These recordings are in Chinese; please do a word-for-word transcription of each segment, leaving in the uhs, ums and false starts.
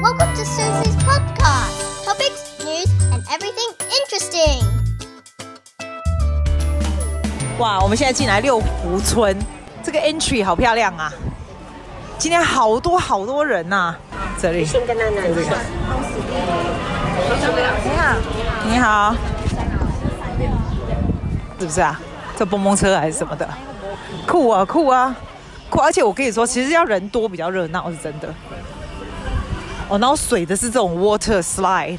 Welcome to Susie's podcast. Topics, news, and everything interesting. 哇，我们现在进来六福村，这个 entry 好漂亮啊！今天好多好多人呐、啊，这里。先跟奶奶一下。你好，你好。是不是啊？这蹦蹦车还是什么的？酷啊，酷啊，酷！而且我跟你说，其实要人多比较热闹，是真的。哦，然后水的是这种 water slide。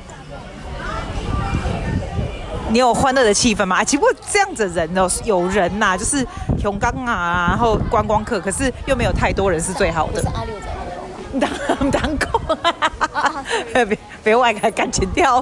你有欢乐的气氛吗？只不过这样子人哦，有人呐、啊，就是熊刚啊，然后观光客，可是又没有太多人是最好的。 是阿六在当当够，别别外开赶紧跳。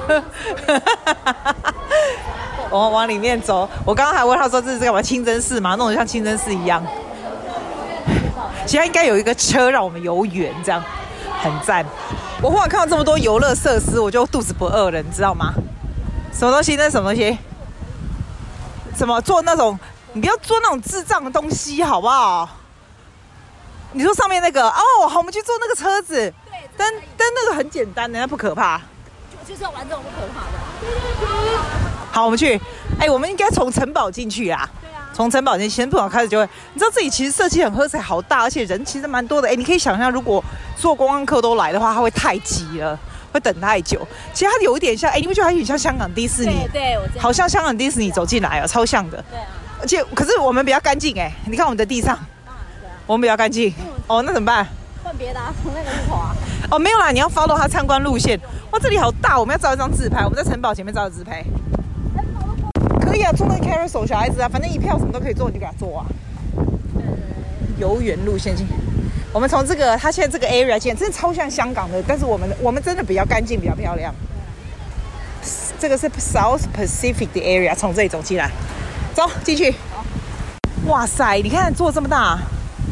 我们往里面走，我刚刚还问他说这是干嘛？清真寺吗？弄得像清真寺一样。其实应该有一个车让我们游园，这样很赞。我忽然看到这么多游乐设施，我就肚子不饿了，你知道吗？什么东西？那是什么东西？什么做那种？你不要做那种智障的东西，好不好？你说上面那个哦，好，我们去坐那个车子。对，但但那个很简单的，那不可怕。 就就是要玩这种不可怕的。 好，我们去。哎、欸，我们应该从城堡进去啊。对啊。从城堡进去，城堡开始就会，你知道这里其实设计很喝彩，好大，而且人其实蛮多的。哎、欸，你可以想象，如果做观光客都来的话，它会太挤了。会等太久，其实它有一点像，哎、欸，你不觉得它有点像香港迪士尼？ 对对，我知道。 好像香港迪士尼走进来哦，超像的。对啊。而且，可是我们比较干净哎，你看我们的地上，啊啊、我们比较干净。嗯、哦，那怎么办？ 换别的啊，从那个路口啊。 哦，没有啦，你要 follow 它参观路线。哇，这里好大，我们要照一张自拍。我们在城堡前面照个自拍。可以啊，坐那个 carousel 小孩子啊，反正一票什么都可以坐，你就给他坐啊。游园路线进。我们从这个，它现在这个 area 进来，真的超像香港的，但是我们我们真的比较干净，比较漂亮。这个是 South Pacific 的 area， 从这里走进来，走进去。哇塞，你看做这么大。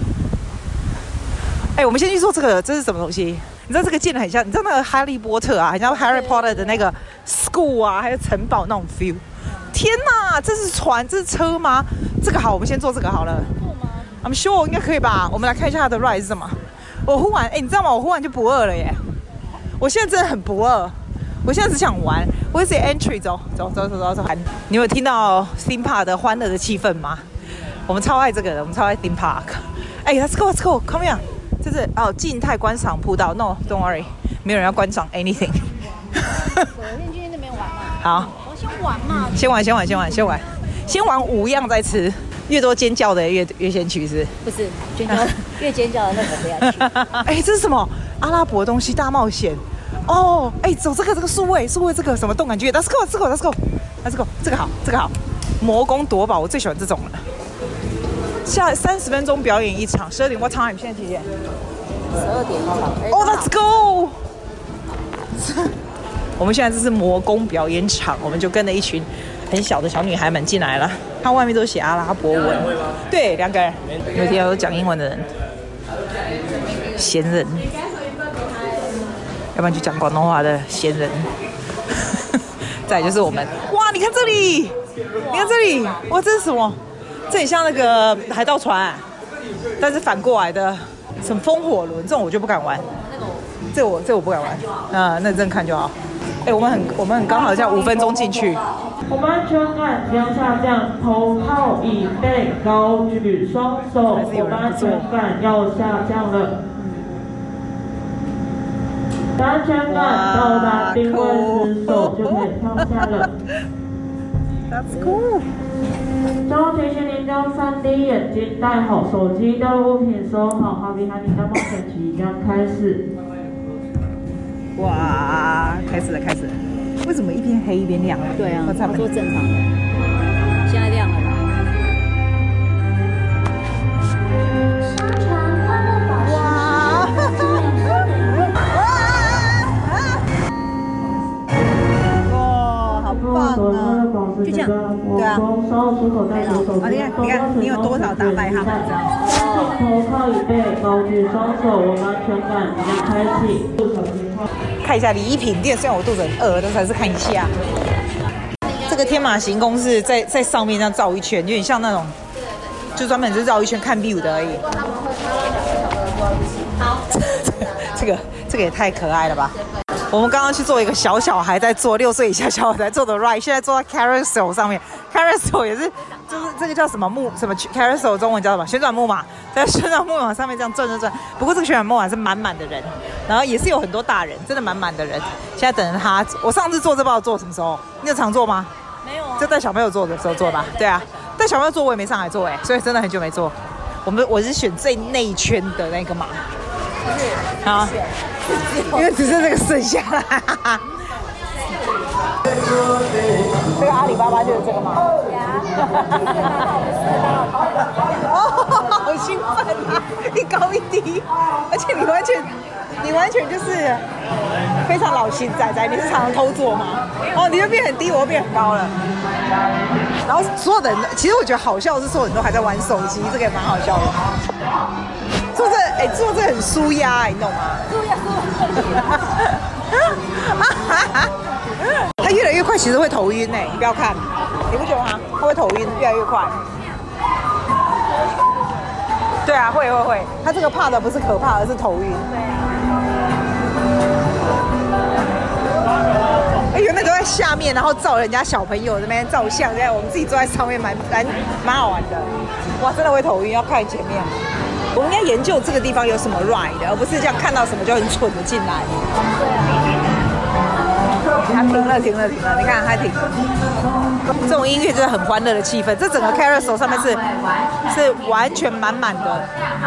哎、欸，我们先去做这个，这是什么东西？你知道这个建的很像，你知道那个哈利波特啊，很像 Harry Potter 的那个 school 啊，还有城堡那种 feel。天哪，这是船，这是车吗？这个好，我们先做这个好了。I'm sure 应该可以吧？我们来看一下它的 ride 是什么。我忽然，哎、欸，你知道吗？我忽然就不饿了耶！我现在真的很不饿，我现在只想玩。我是 entry 走走走走走走。你有听到 theme park 的欢乐的气氛吗？我们超爱这个的，我们超爱 theme park。哎、欸、，Let's go Let's go Come here。这是哦，静态观赏步道。No don't worry， 没有人要观赏 anything。 我先去那边玩嘛。 好， 我先玩嘛。 先玩先玩先玩先玩，先玩五样再吃。越多尖叫的越越先去是？ 不是尖叫越尖叫的那个不要去。 哎、欸，这是什么？阿拉伯的东西大冒险。哦，哎、欸，走这个这个数位数位这个什么动感剧 ？Let's go Let's go Let's go Let's go， 这个好这个好。魔宫夺宝我最喜欢这种了。下三十分钟表演一场，十二点 What time？ 现在几点？ 十二点好。 哦、oh, ，Let's go 。我们现在这是魔宫表演场，我们就跟着一群很小的小女孩们进来了。它外面都写阿拉伯文，对，两个人，有听到讲英文的人，闲人，要不然就讲广东话的闲人。再来就是我们，哇，你看这里，你看这里，哇，这是什么？这很像那个海盗船，但是反过来的，什么风火轮，这种我就不敢玩。这我这我不敢玩，啊，认真看就好。哎、欸，我们很我们很刚好这样五分钟进去。 我们安全感将下降，头靠椅背，高举双手。我们安全感要下降了。安全感到达定位时，手就可以跳下了。 That's cool。 最后提醒您将 三 D 眼镜戴好，手机的物品收好。哈比哈尼的冒险即将开始。 哇，开始了，开始了！为什么一边黑一边亮？ 对啊，他说正常的，现在亮了吧？ 哇！哇，好棒啊！就这样，对啊。啊，你看，你看，你有多少打败他们这样？ 头靠椅背，高举双手，我们安全感即将开启。 看一下礼品店，虽然我肚子很饿，但是还是看一下。这个天马行空是在在上面这样绕一圈，有点像那种，就专门就绕一圈看 view 的而已。好，这个这个也太可爱了吧！我们刚刚去做一个小小孩在做六岁以下小孩在做的 ride， 现在坐在 carousel 上面 ，carousel 也是就是这个叫什么木什么 carousel 中文叫什么旋转木马，在旋转木马上面这样转转转。不过这个旋转木马是满满的人，然后也是有很多大人，真的满满的人。现在等着他，我上次坐这不知道坐什么时候，你有常坐吗？ 没有啊， 就带小朋友坐的时候坐吧。对啊，带小朋友坐我也没上来坐哎、欸，所以真的很久没坐。我们我是选最内圈的那个马。好，因为只剩这个剩下了。这个阿里巴巴就是这个吗？哦，好兴奋啊！一高一低，而且你完全，你完全就是非常老型仔仔。你是常常偷坐吗？哦，你就变很低，我就变很高了。然后所有的人，其实我觉得好笑的是，所有人都还在玩手机，这个也蛮好笑的。坐这，哎、欸，坐这很舒压、欸，你懂吗？舒压，舒压。它越来越快，其实会头晕哎、欸，你不要看，你不觉得吗？它会头晕，越来越快。对啊，会会会。它这个怕的不是可怕，而是头晕。对啊。哎、欸，原本都在下面，然后照人家小朋友那边照相，这样我们自己坐在上面蛮蛮蛮好玩的。哇，真的会头晕，要看前面。我们应该研究这个地方有什么 ride， 而不是这样看到什么就很蠢的进来。对啊。它停了，停了，停了！你看，它停。这种音乐真的很欢乐的气氛。这整个 carousel 上面是是完全满满的。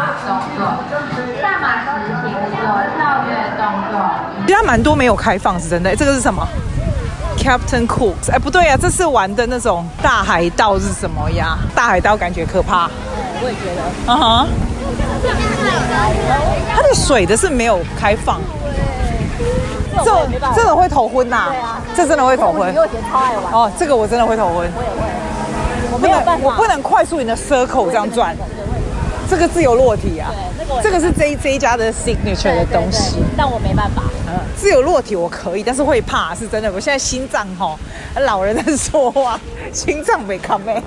其实它蛮多没有开放，是真的。这个是什么 ？Captain Cook。哎，不对啊，这是玩的那种大海盗是什么呀？大海盗感觉可怕。 我也觉得。 嗯哼。它的水的是没有开放。这种这种会头昏呐、啊，对啊，这真的会头昏。 因为我以前超爱玩。 哦，这个我真的会头昏。 我也会，我没有办法， 我不能快速你的 circle 这样转。这个自由落体啊， 对，那个这个是这一这一家的 signature 的东西。 对对对，但我没办法。 嗯，自由落体我可以，但是会怕是真的。我现在心脏哈，老人在说话，心脏没开没。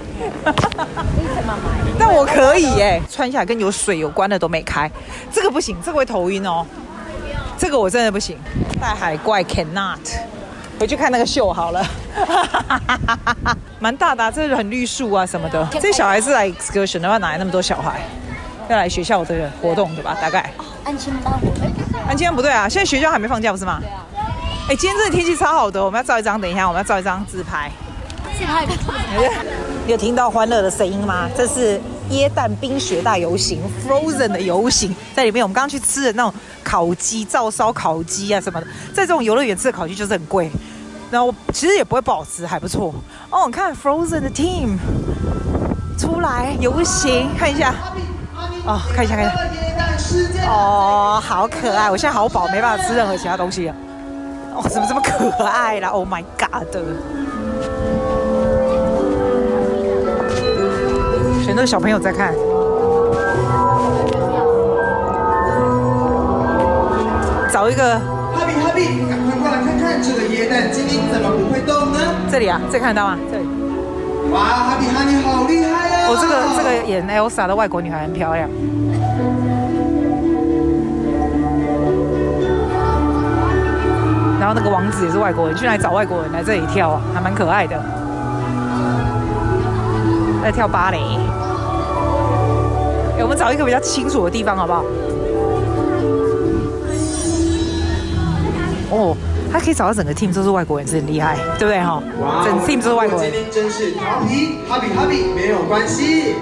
但我可以耶、欸，穿下来跟有水有关的都没开，这个不行，这个会头晕哦。这个我真的不行，大海怪 cannot， 回去看那个秀好了。蛮大的、啊，这是很绿树啊什么的。这些小孩是来 excursion 的话，哪来那么多小孩？要来学校这个活动的吧？大概。 安亲班活动。 安亲班不对啊，现在学校还没放假不是吗？对啊。哎，今天真的天气超好的，我们要照一张，等一下我们要照一张自拍。 自拍。 你有听到欢乐的声音吗？这是耶诞冰雪大游行 ，Frozen 的游行，在里面我们刚刚去吃的那种烤鸡、照烧烤鸡啊什么的，在这种游乐园吃的烤鸡就是很贵，然后其实也不会不好吃，还不错。哦，你看 Frozen 的 team 出来游行，看一下，哦，看一下看一下，哦，好可爱！我现在好饱，没办法吃任何其他东西了。哦，怎么这么可爱啦 ？Oh my god！ 全都是小朋友在看。找一个。 哈比哈比，赶快过来看看这个椰蛋精灵怎么不会动呢？ 这里啊，这看得到吗？这里。 哇，哈比哈你好厉害呀、啊！ 哦，这个这个演 Elsa 的外国女孩很漂亮。然后那个王子也是外国人，去哪里找外国人来这里跳啊？还蛮可爱的。在跳芭蕾。哎，我们找一个比较清楚的地方好不好？哦，他可以找到整个 team 都是外国人，是很厉害，对不对哈？整 team 都是外国人。 今天真是调皮，哈比哈比没有关系。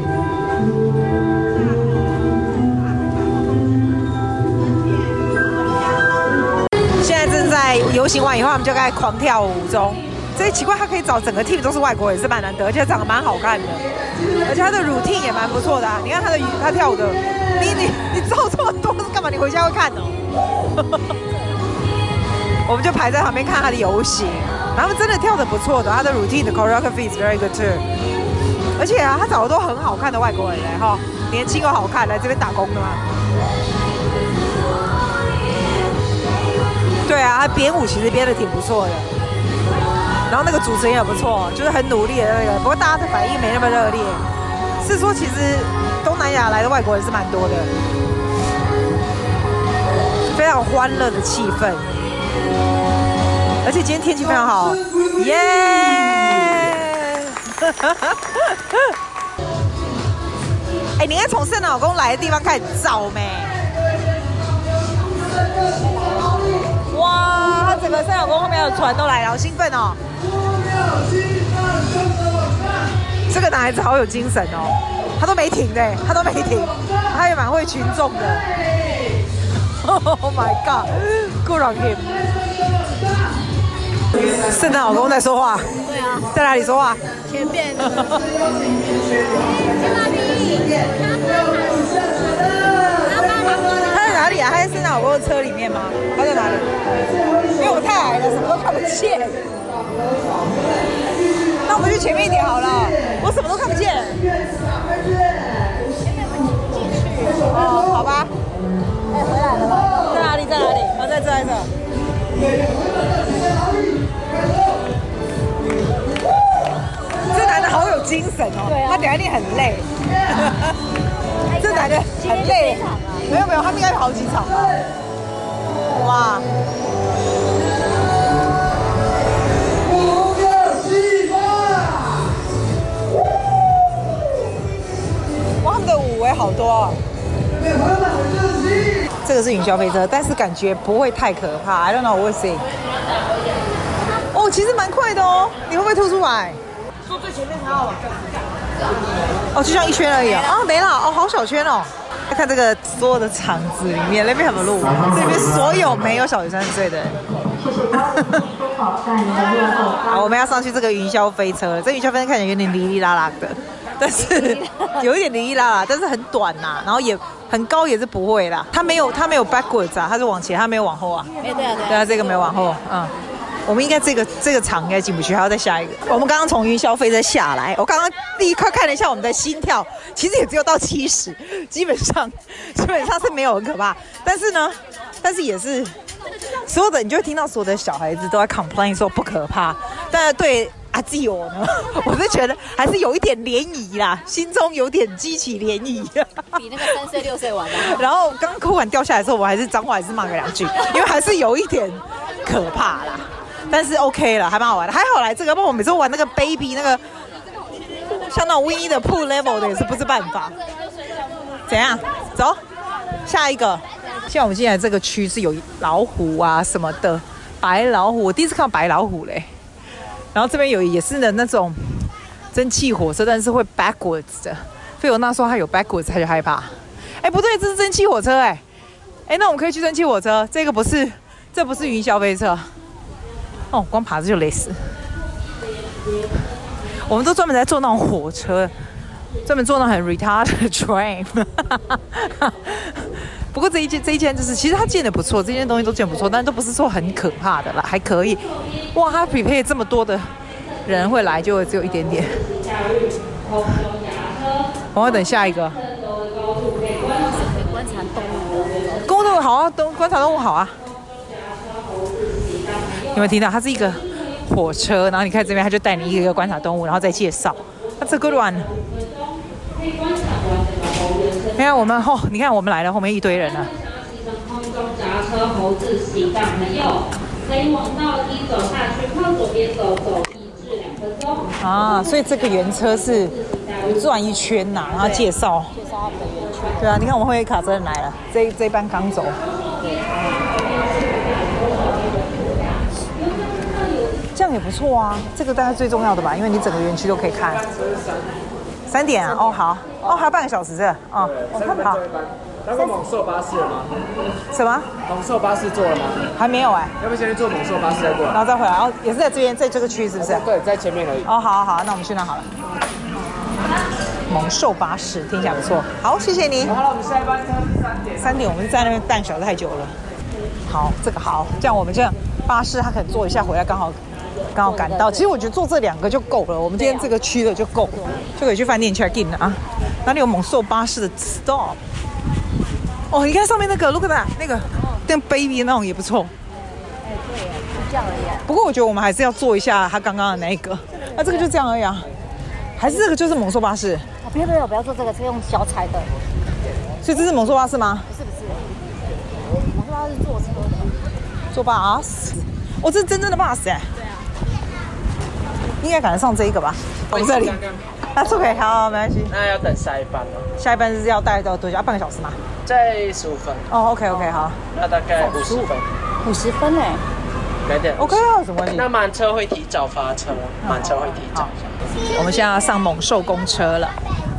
现在正在游行完以后，他们就在狂跳舞中。所以奇怪，他可以找整个 team 都是外国人，是蛮难得，而且长得蛮好看的，而且他的 routine 也蛮不错的啊。你看他的他跳舞的，你你你照这么多是干嘛？你回家会看哦。我们就排在旁边看他的游行，然后他们真的跳得不错的，他的 routine 的 choreography is very good too。而且啊，他找的都很好看的外国人嘞哈，年轻又好看，来这边打工的嘛。对啊，他编舞其实编得挺不错的。然后那个主持人也不错，就是很努力的那个，不过大家的反应没那么热烈。是说其实东南亚来的外国人是蛮多的。 非常欢乐的气氛，而且今天天气非常好，耶！哎，你应该从圣老公来的地方开始照没？哇，他整个圣老公后面的船都来了，好兴奋哦！这个男孩子好有精神哦，他都没停的，他都没停，他也蛮会群众的。Oh my god, good on him！ 圣诞老公在说话。 对啊。 在哪里说话？ 前面。 他在哪里啊？他在圣诞老公的车里面吗？他在哪里？因为我太矮了，什么都看不见。那我们去前面一点好了，我什么都看不见。哦，好吧。 哎，回来了吗？ 在哪里？在哪里？哦，在这，在这。这男的好有精神哦， 对啊、 他等下一定很累。这男的很累，没有没有，他们应该有好几场吧？哇！哇，他们的舞也好多啊！这个是云霄飞车，但是感觉不会太可怕。I don't know, we'll see。哦，其实蛮快的哦，你会不会吐出来？坐最前面才好玩。哦，就像一圈而已啊、哦，啊没了哦，好小圈哦。看这个所有的场子里面，那边很路，这边所有没有小于三十岁的人。好，我们要上去这个云霄飞车了。这云霄飞车看起来有点哩哩啦啦的，但是有一点哩哩啦啦，但是很短呐、啊，然后也很高也是不会啦。它没有它没有 backwards 啊，它是往前，它没有往后啊。 哎，对啊，对啊。 对啊，这个没有往后，嗯。我们应该这个这个场应该进不去，还要再下一个。我们刚刚从云霄飞车下来，我刚刚立刻看了一下我们的心跳，其实也只有到七十，基本上基本上是没有很可怕。但是呢，但是也是所有的你就会听到所有的小孩子都在 complain 说不可怕，但是对阿基我呢，我是觉得还是有一点涟漪啦，心中有点激起涟漪。 比那个三岁六岁玩的。 然后刚刚扣碗掉下来的时候，我还是脏话还是骂个两句，因为还是有一点可怕啦。但是 OK 了，还蛮好玩的，还好来这个。不然我每次玩那个 baby 那个像那种 Winnie 的 pool level 的也是不是办法。怎样？走，下一个。现在我们进来这个区是有老虎啊什么的，白老虎，我第一次看到白老虎嘞。然后这边有也是的那种蒸汽火车，但是会 backwards 的。菲欧娜说他有 backwards， 他就害怕。哎，不对，这是蒸汽火车哎。哎，那我们可以去蒸汽火车，这个不是，这不是云霄飞车。哦，光爬着就累死。我们都专门在坐那种火车，专门坐那种很 retarded train。不过这一间这一间就是，其实它建的不错，这些东西都建得不错，但都不是说很可怕的啦，还可以。哇，它匹配这么多的人会来，就只有一点点。我要等下一个。 观察动物。 动物好啊，动观察动物好啊。有没有听到？它是一个火车，然后你看这边，它就带你一个一个观察动物，然后再介绍。That's a good one。你看我们后、哦，你看我们来了，后面一堆人了。 空中脚踏车猴子骑到没有？可以往道一走下去，靠左边走，走一至两分钟。 啊，所以这个圆车是转一圈呐、啊，然后介绍。 介绍他们的圆圈。 对啊，你看我们后面卡车人来了，这这一班刚走。这样也不错啊，这个大概最重要的吧，因为你整个园区都可以看。三点啊，哦好，哦还有半个小时这，哦，好。 那个猛兽巴士了吗？ 什么？ 猛兽巴士坐了吗？ 还没有哎、 要不先去坐猛兽巴士再过来？ 然后再回来，哦也是在这边，在这个区是不是？ 对，在前面而已。 哦好好好，那我们去那好了。猛兽巴士听起来不错，好谢谢你。 好了，我们下一班车是三点。 三点我们在那边半小时太久了。好，这个好，这样我们这样巴士他可能坐一下回来刚好。刚好赶到，其实我觉得坐这两个就够了，我们今天这个区的就够了，就可以去饭店 check in 了啊。哪里有猛兽巴士的 stop？ 哦，你看上面那个 ，look at that， 那个跟 baby 那种也不错。 哎，对，就这样而已。 不过我觉得我们还是要做一下他刚刚的那一个，那这个就这样而已啊。还是这个就是猛兽巴士？ 哦，不要不要不要做这个，是用脚踩的。 所以这是猛兽巴士吗？ 不是不是，猛兽道是坐车的。 坐 bus， 哦，这是真正的 bus 哎。对啊。应该赶得上这一个吧？我们这里。啊 ，OK， 好，没关系。 那要等下一班了。 下一班是要待到多久？要半个小时吗？ 在十五分。 哦 ，OK，OK， 好。 那大概五十分。 五十分哎。 来点。 OK 啊，有什么问题？ 那满车会提早发车，满车会提早。 我们现在要上猛兽公车了。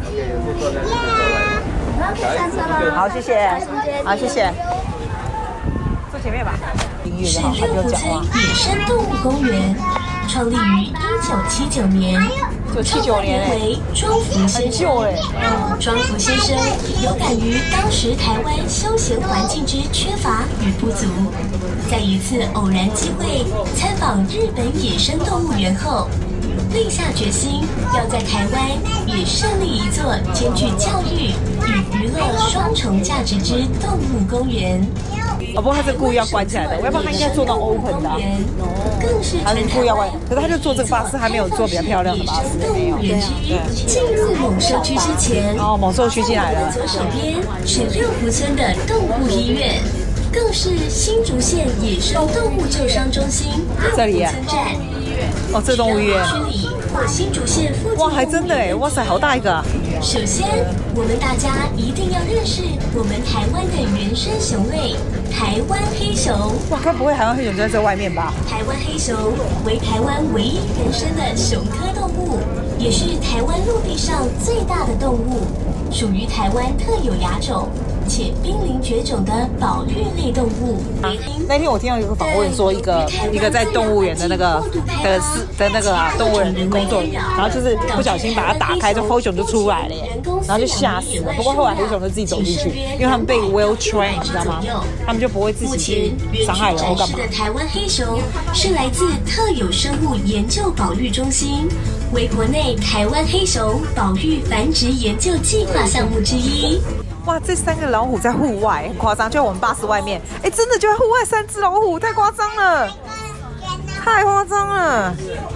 好，谢谢。好，谢谢。坐前面吧。音乐就好，他不用讲话。 野生动物公园创立于一九七九年， 就七九年哎， 为庄福先生。庄福先生有感于当时台湾休闲环境之缺乏与不足，在一次偶然机会参访日本野生动物园后，立下决心要在台湾也设立一座兼具教育与娱乐双重价值之动物公园。 哦，不过他是故意要关起来的，我要不然他应该做到 open 的、啊。 更是他是故意要关，可是他就做这个巴士，还没有做比较漂亮的巴士，没有。对。 进入猛兽区之前， 哦，猛兽区进来了。 左手边是六福村的动物医院，更是新竹县野生动物救伤中心这里啊。 村站。 哦，这动物医院。 或新竹县附近。 哇，还真的哎，哇塞，好大一个啊！ 首先，我们大家一定要认识我们台湾的原生熊类——台湾黑熊。 哇，该不会台湾黑熊就在这外面吧？ 台湾黑熊为台湾唯一原生的熊科动物，也是台湾陆地上最大的动物，属于台湾特有亚种。且濒临绝种的保育类动物。 啊、那天我听到有个访问说，一个一个在动物园的那个的是的那个、啊、动物园工作，然后就是不小心把它打开，就黑熊就出来了耶，然后就吓死了。不过后来黑熊就自己走进去，因为他们被 well trained， 你知道吗？他们就不会自己去伤害人或干嘛。 台湾黑熊是来自特有生物研究保育中心，为国内台湾黑熊保育繁殖研究计划项目之一。 哇，这三个老虎在户外，很夸张，就在我们巴士外面。哎，真的就在户外，三只老虎，太夸张了，太夸张了。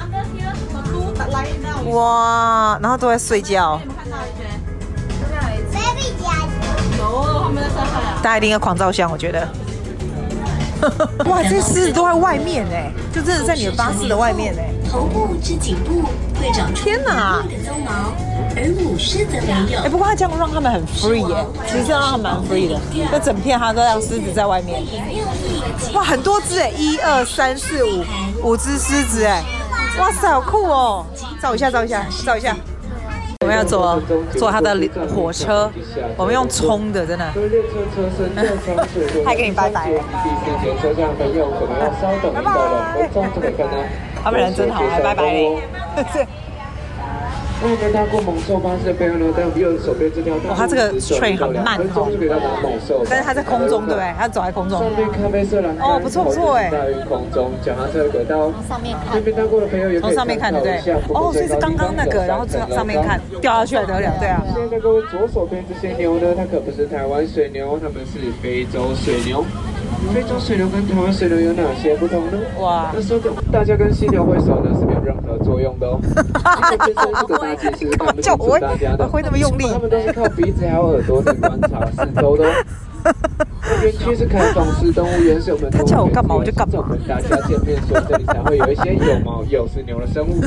哇，然后都在睡觉。大家一定要狂照相，我觉得。哇，这狮子都在外面哎，就真的在你的巴士的外面哎。 头部至颈部会长出天哪的鬃毛，而母狮则没有。 哎，不过他这样让他们很 free 耶，其实让他们蛮 free 的。那整片他都让狮子在外面。哇，很多只哎，一二三四五，五只狮子哎，哇塞，好酷哦！照一下，照一下，照一下。我们要坐坐他的火车，我们用冲的，真的。还给你拜拜。拜拜。他们人真好，还拜拜嘞。 那我们搭过猛兽巴士的朋友呢，在我们右手边这条道， 哦，它这个 train 很慢哦，但是它在空中，对不对？它走在空中。 上面咖啡色栏杆， 哦，不错不错哎。 大于空中，脚踏车轨道， 上面看。 这边搭过的朋友也可以从上面看，对不对？哦，所以是刚刚那个，然后从上面看，掉下去还得了，对啊。 现在在各位左手边这些牛呢，它可不是台湾水牛，它们是非洲水牛。非洲水牛跟台湾水牛有哪些不同呢？哇！那说大家跟犀牛挥手呢是没有任何作用的哦。因为这是这个大其实看不清楚大家的， 挥那么用力， 他们都是靠鼻子还有耳朵在观察四周的哦。园区是开放式动物园，是我们他叫我干嘛我就干嘛。 我们大家见面，所以这里才会有一些有毛有是牛的生物。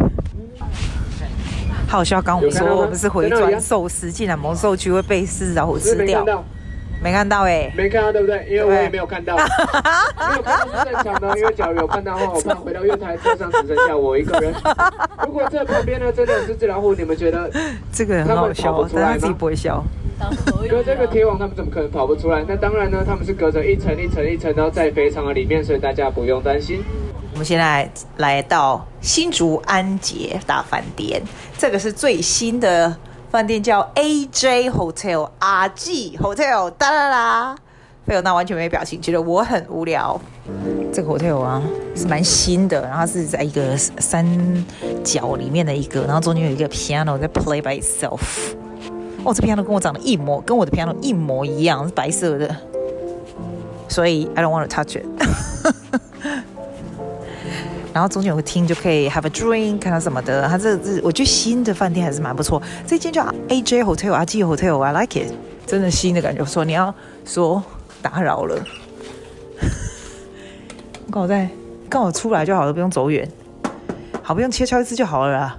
好笑，刚我们说我们是回转寿司，竟然猛兽区会被狮子老虎吃掉。没看到哎、欸， 没看到对不对？因为我也没有看到，没有看到是正常的。因为假如有看到的话，我怕回到月台车上只剩下我一个人。如果这旁边呢真的有狮子老虎，你们觉得这个人很好笑，但他自己不会笑。 隔这个铁网，他们怎么可能跑不出来？那当然呢，他们是隔着一层一层一层，然后在肥肠的里面，所以大家不用担心。 我们现在来到新竹安捷大饭店，这个是最新的。饭店叫 A J Hotel R G Hotel， 哒啦啦，菲欧娜完全没表情，觉得我很无聊。这个 hotel 啊是蛮新的，然后是在一个山脚里面的一个，然后中间有一个 piano 在 play by itself。哦，这 piano 跟我长得一模，跟我的 piano 一模一样，是白色的，所以 I don't want to touch it 。然后中间有个厅就可以 have a drink 看到什么的，它这这我觉得新的饭店还是蛮不错。这间叫 A J Hotel R G Hotel， I like it， 真的新的感觉。说你要说打扰了， 刚好在刚好出来就好了，不用走远，好，不用切敲一次就好了啦。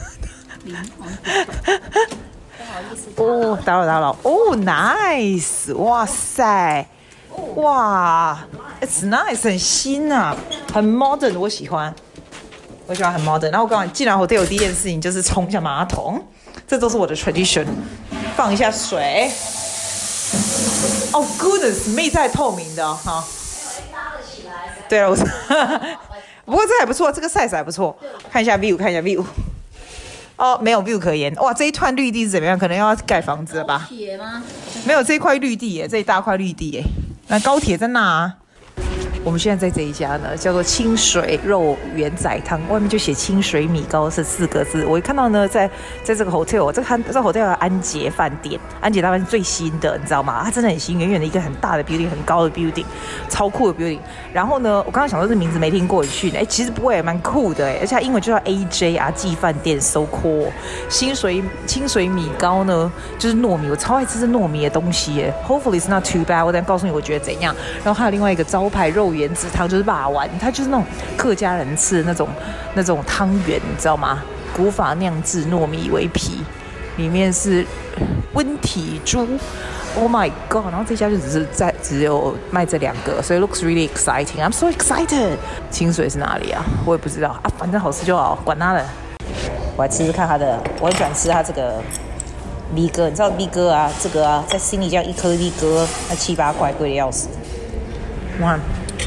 哦，打扰打扰，哦 ，nice， 哇塞，哇 ，it's nice， 很新啊，很 modern， 我喜欢，我喜欢很 modern。然后我刚刚进来 hotel 第一件事情就是冲一下马桶，这都是我的 tradition， 放一下水。哦、oh, ，goodness， 妹在透明的哈。对了，我不过这还不错，这个 size 还不错，看一下 view， 看一下 view。哦，没有 view 可言。哇，这一串绿地是怎么样？可能要盖房子了吧？ 高铁吗？ 没有这一块绿地耶，这一大块绿地耶。那高铁在哪、啊？我们现在在这一家呢，叫做清水肉圆仔汤，外面就写清水米糕是四个字。我一看到呢，在在这个 hotel， 这个这个 hotel 叫安捷饭店，安捷大饭店最新的，你知道吗？它真的很新，远远的一个很大的 building， 很高的 building， 超酷的 building。然后呢，我刚刚想说这名字没听过，很逊，哎，其实不会，蛮酷的，而且它英文就叫 A J 啊，记饭店 ，so cool。清水清水米糕呢，就是糯米，我超爱吃这糯米的东西耶。Hopefully it's not too bad， 我等下告诉你我觉得怎样。然后还有另外一个招牌肉圆子汤，就是霸丸，它就是那种客家人吃的那种那种汤圆，你知道吗？古法酿制糯米为皮，里面是温体猪。Oh my god！ 然后这家就只是在只有卖这两个，所以 looks really exciting. I'm so excited. 清水是哪里啊？我也不知道啊，反正好吃就好，管它了。我来吃吃看它的，我很喜欢吃它这个米哥，你知道米哥啊，这个啊，在心里这样一颗米哥，那七八块，贵的要死。哇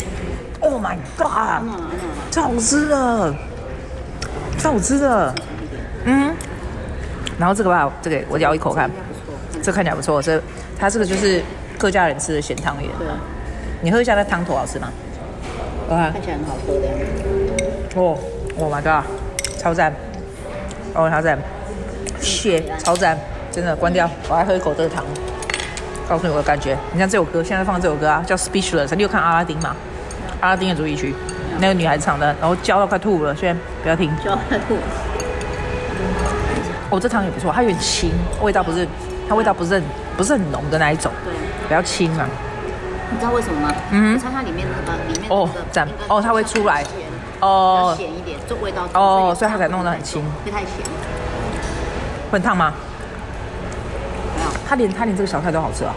！Oh my god！ 超好吃的，超好吃的。嗯，然后这个吧，这个我咬一口看，这看起来不错，这。它这个就是客家人吃的咸汤圆。对，你喝一下那汤头好吃吗？ 看起来很好喝的。 哦 ，Oh my god， 超赞！哦，超赞！谢，超赞！真的，关掉，我来喝一口这个汤，告诉你我的感觉。你看这首歌，现在放这首歌啊，叫《Speechless》，你有看阿拉丁吗？阿拉丁的主题曲，那个女孩子唱的，然后教到快吐了，轩不要听。 教快吐。 哦，这汤也不错，它有点清，味道不是。它味道不是很不是很浓的那一种，对，比较轻嘛。 你知道为什么吗？嗯，我猜它里面那个里面哦，赞哦，它会出来哦， 咸一点，就味道哦，所以它才弄得很轻， 会太咸。 会很烫吗？ 没有， 它连它连这个小菜都好吃啊。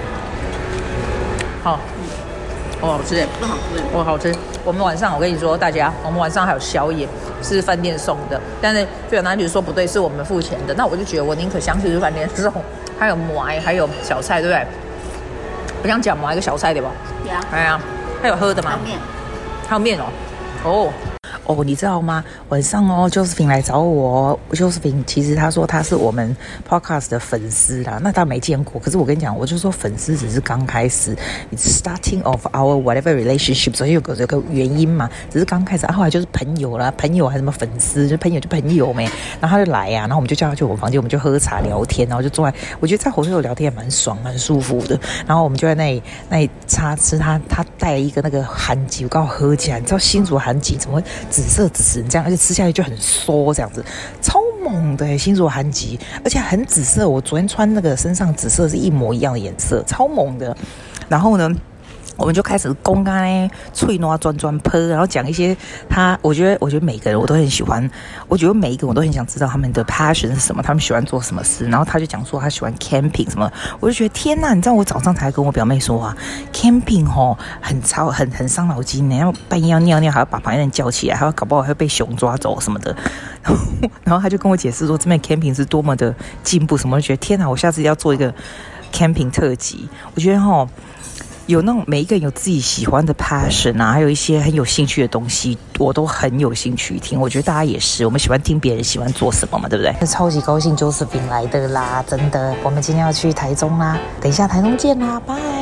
好，哦，好吃耶， 不好吃， 哦，好吃。我们晚上我跟你说，大家，我们晚上还有宵夜。是饭店送的，但是就有男女说不对，是我们付钱的。那我就觉得我宁可相信是饭店送，还有馍，还有小菜，对不对？我想讲馍一个小菜对吧？ 对啊。 哎呀，还有喝的吗？ 还有面， 还有面哦。哦哦，你知道吗？晚上哦 ，Josephine 来找我。Josephine 其实他说他是我们 podcast 的粉丝啦，那他没见过。可是我跟你讲，我就说粉丝只是刚开始 ，it's starting of our whatever relationship， 所以有个有个原因嘛，只是刚开始，啊、后来就是朋友啦，朋友还是什么粉丝，就朋友就朋友没。然后他就来呀、啊，然后我们就叫他去我们房间，我们就喝茶聊天，然后就坐在，我觉得在火车有聊天也蛮爽，蛮舒服的。然后我们就在那里那里擦吃他他带了一个那个韩吉，我刚好喝起来，你知道新竹韩吉怎么会？紫色紫色这样，而且吃下去就很酥，这样子超猛的新竹韩吉，而且很紫色。我昨天穿那个身上紫色是一模一样的颜色，超猛的。然后呢，我们就开始公开脆糯转转泼，然后讲一些他，我觉得，我觉得每个人我都很喜欢，我觉得每一个我都很想知道他们的 passion 是什么，他们喜欢做什么事。然后他就讲说他喜欢 camping 什么，我就觉得天哪，你知道我早上才跟我表妹说啊 ，camping 吼很超很很伤脑筋呢，要半夜要尿尿还要把旁边人叫起来，还要搞不好会被熊抓走什么的。然后他就跟我解释说这边 camping 是多么的进步什么，我就觉得天哪，我下次要做一个 camping 特辑。我觉得吼。有那种每一个人有自己喜欢的 passion 啊，还有一些很有兴趣的东西，我都很有兴趣听。我觉得大家也是，我们喜欢听别人喜欢做什么嘛，对不对？超级高兴 Josephine 来的啦，真的。我们今天要去台中啦，等一下台中见啦，拜。